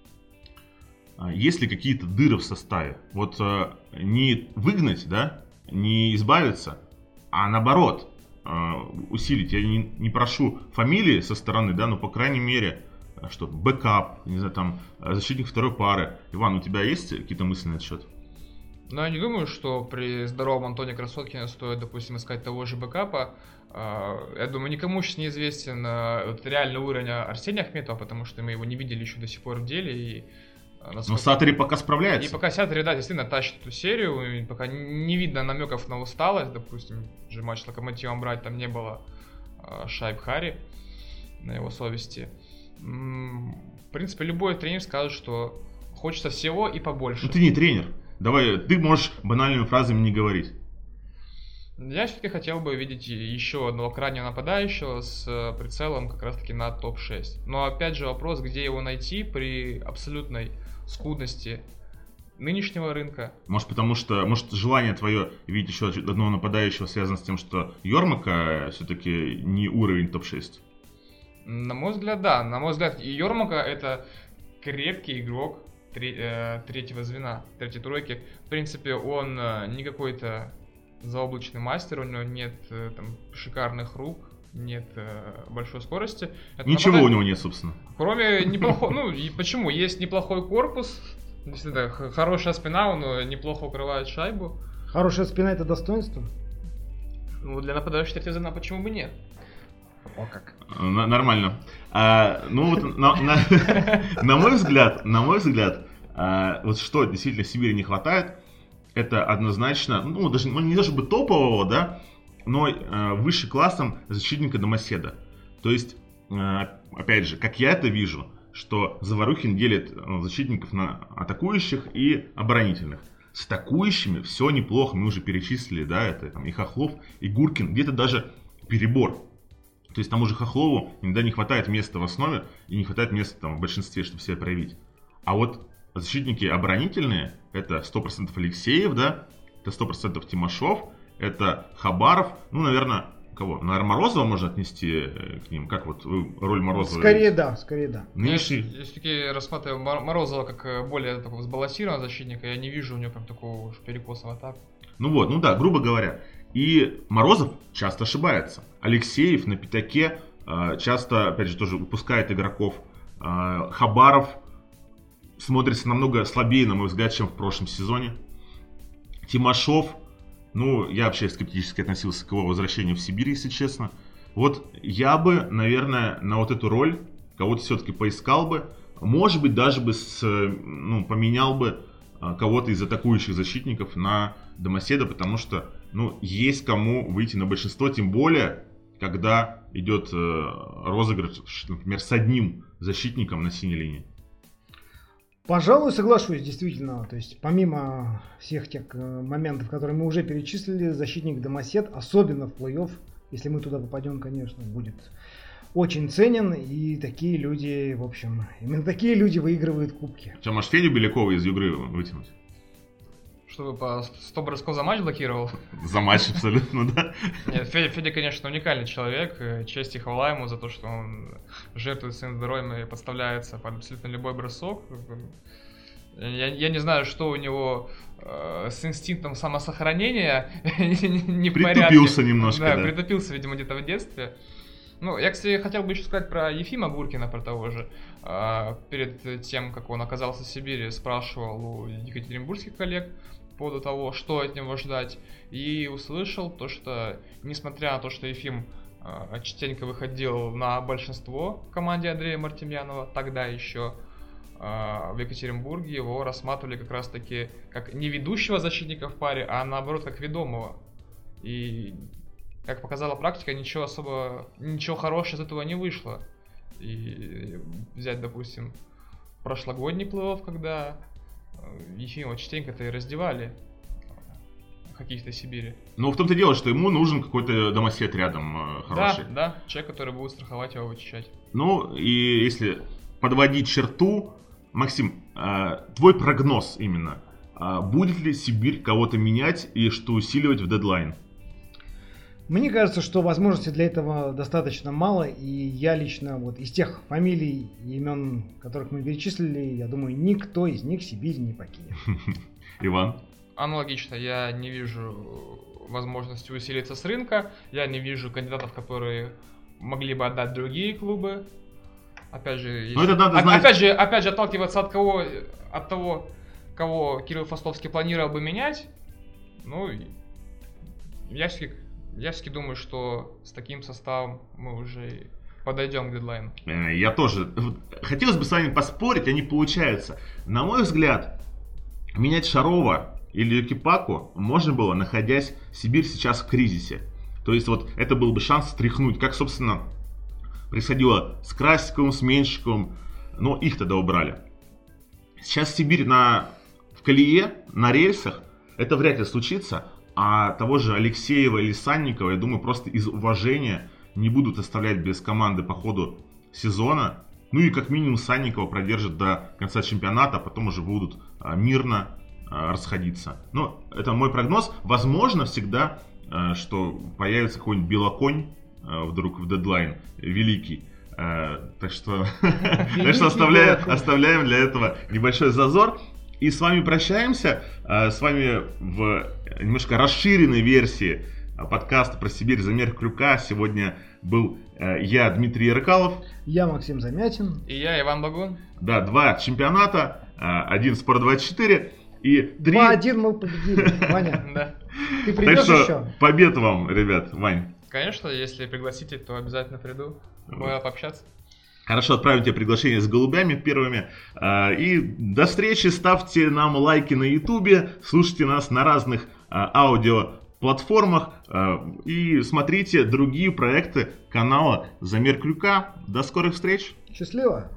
есть ли какие-то дыры в составе? Вот не выгнать, да, не избавиться, а наоборот, усилить. Я не прошу фамилии со стороны, да, но, по крайней мере, что бэкап, не знаю, там, защитник второй пары. Иван, у тебя есть какие-то мысли на этот счет? Ну, я не думаю, что при здоровом Антоне Красоткине стоит, допустим, искать того же бэкапа. Я думаю, никому сейчас неизвестен реальный уровень Арсения Ахметова, потому что мы его не видели еще до сих пор в деле. И, но Сатори пока справляется. И пока Сатори, да, действительно тащит эту серию, и пока не видно намеков на усталость. Допустим, же матч с Локомотивом брать, там не было шайб Хари на его совести. В принципе, любой тренер скажет, что хочется всего и побольше. Ну ты не тренер. Давай, ты можешь банальными фразами не говорить. Я все-таки хотел бы видеть еще одного крайнего нападающего с прицелом как раз-таки на топ-6. Но опять же вопрос, где его найти при абсолютной скудности нынешнего рынка. Может желание твое видеть еще одного нападающего связано с тем, что Йормака все-таки не уровень топ-6? На мой взгляд, да. На мой взгляд, и Йормака это крепкий игрок третьего звена, третьей тройки. В принципе, он не какой-то заоблачный мастер, у него нет там шикарных рук, нет большой скорости. Это ничего у него нет, собственно. Кроме неплохого, ну и почему? Есть неплохой корпус, действительно, хорошая спина, он неплохо укрывает шайбу. Хорошая спина — это достоинство? Ну, для нападающего третьего звена почему бы нет? О, как. Нормально. Ну вот, на мой взгляд, вот что действительно Сибири не хватает, это однозначно, ну даже не то чтобы топового, да, но выше классом защитника домоседа. То есть, опять же, как я это вижу, что Заварухин делит защитников на атакующих и оборонительных. С атакующими все неплохо, мы уже перечислили, да, это там и Хохлов, и Гуркин, где-то даже перебор. То есть тому же Хохлову иногда не хватает места в основе и не хватает места там в большинстве, чтобы себя проявить. А вот защитники оборонительные, это 100% Алексеев, да, это 100% Тимашов, это Хабаров, ну, наверное, кого? Наверное, Морозова можно отнести к ним? Как вот роль Морозова? Скорее да. Нынешний... Я все-таки рассматриваю Морозова как более такого сбалансированного защитника, я не вижу у него прям такого уж перекоса в атаку. Ну вот, ну да, грубо говоря. И Морозов часто ошибается. Алексеев на пятаке часто, опять же, тоже упускает игроков. Хабаров смотрится намного слабее, на мой взгляд, чем в прошлом сезоне. Тимашов, ну, я вообще скептически относился к его возвращению в Сибирь, если честно. Вот я бы, наверное, на вот эту роль кого-то все-таки поискал бы. Может быть, даже бы поменял бы кого-то из атакующих защитников на Домоседа, потому что, ну, есть кому выйти на большинство, тем более, когда идет розыгрыш, например, с одним защитником на синей линии. Пожалуй, соглашусь, действительно. То есть, помимо всех тех моментов, которые мы уже перечислили, защитник Домосед, особенно в плей-офф, если мы туда попадем, конечно, будет очень ценен. И такие люди, в общем, именно такие люди выигрывают кубки. Что, может, Федю Белякова из Югры вытянуть? Чтобы по 100 бросков за матч блокировал? За матч абсолютно, да. Нет, Федя, конечно, уникальный человек. Честь и хвала ему за то, что он жертвует своим здоровьем и подставляется под абсолютно любой бросок. Я не знаю, что у него с инстинктом самосохранения не в порядке. Притупился немножко, да. Притупился, видимо, где-то в детстве. Ну, я, кстати, хотел бы еще сказать про Ефима Гуркина, про того же. Перед тем, как он оказался в Сибири, спрашивал у екатеринбургских коллег по поводу того, что от него ждать. И услышал то, что, несмотря на то, что Ефим частенько выходил на большинство в команде Андрея Мартемьянова, тогда еще в Екатеринбурге его рассматривали как раз таки как не ведущего защитника в паре, а наоборот как ведомого. И, как показала практика, ничего хорошего из этого не вышло. И взять, допустим, прошлогодний плей-офф, когда Ефимова частенько-то и раздевали хоккеисты Сибири. Ну, в том-то дело, что ему нужен какой-то Домосед рядом хороший. Да, человек, который будет страховать его, вычищать. Ну, и если подводить черту, Максим, твой прогноз именно, будет ли Сибирь кого-то менять и что усиливать в дедлайн? Мне кажется, что возможностей для этого достаточно мало, и я лично вот из тех фамилий и имен, которых мы перечислили, я думаю, никто из них Сибирь не покинет. Иван? Аналогично, я не вижу возможности усилиться с рынка, я не вижу кандидатов, которые могли бы отдать другие клубы. Опять же, если... это надо знать... опять же, отталкиваться от того, кого Кирилл Фастовский планировал бы менять, ну, я все-таки думаю, что с таким составом мы уже подойдем к дедлайну. Я тоже. Хотелось бы с вами поспорить, а не получается. На мой взгляд, менять Шарова или Кипаку можно было, находясь Сибирь сейчас в кризисе. То есть вот это был бы шанс стряхнуть, как, собственно, происходило с Красиковым, с Меньшиковым, но их тогда убрали. Сейчас Сибирь в колее, на рельсах, это вряд ли случится. А того же Алексеева или Санникова, я думаю, просто из уважения не будут оставлять без команды по ходу сезона. Ну и как минимум Санникова продержат до конца чемпионата, а потом уже будут мирно расходиться. Но это мой прогноз. Возможно всегда, что появится какой-нибудь белоконь вдруг в дедлайн великий. Так что оставляем для этого небольшой зазор. И с вами прощаемся. С вами в немножко расширенной версии подкаста про Сибирь «Замер крюка». Сегодня был я, Дмитрий Ярыкалов. Я, Максим Замятин. И я, Иван Багун. Да, 2 чемпионата. 1 Спорт24. И 3... 2-1 мы победили, Ваня. Да. Ты придешь еще? Побед вам, ребят. Вань. Конечно, если пригласите, то обязательно приду. Будем пообщаться. Хорошо, отправим тебе приглашение с голубями первыми. И до встречи. Ставьте нам лайки на ютубе. Слушайте нас на разных аудиоплатформах. И смотрите другие проекты канала «Замер крюка». До скорых встреч. Счастливо.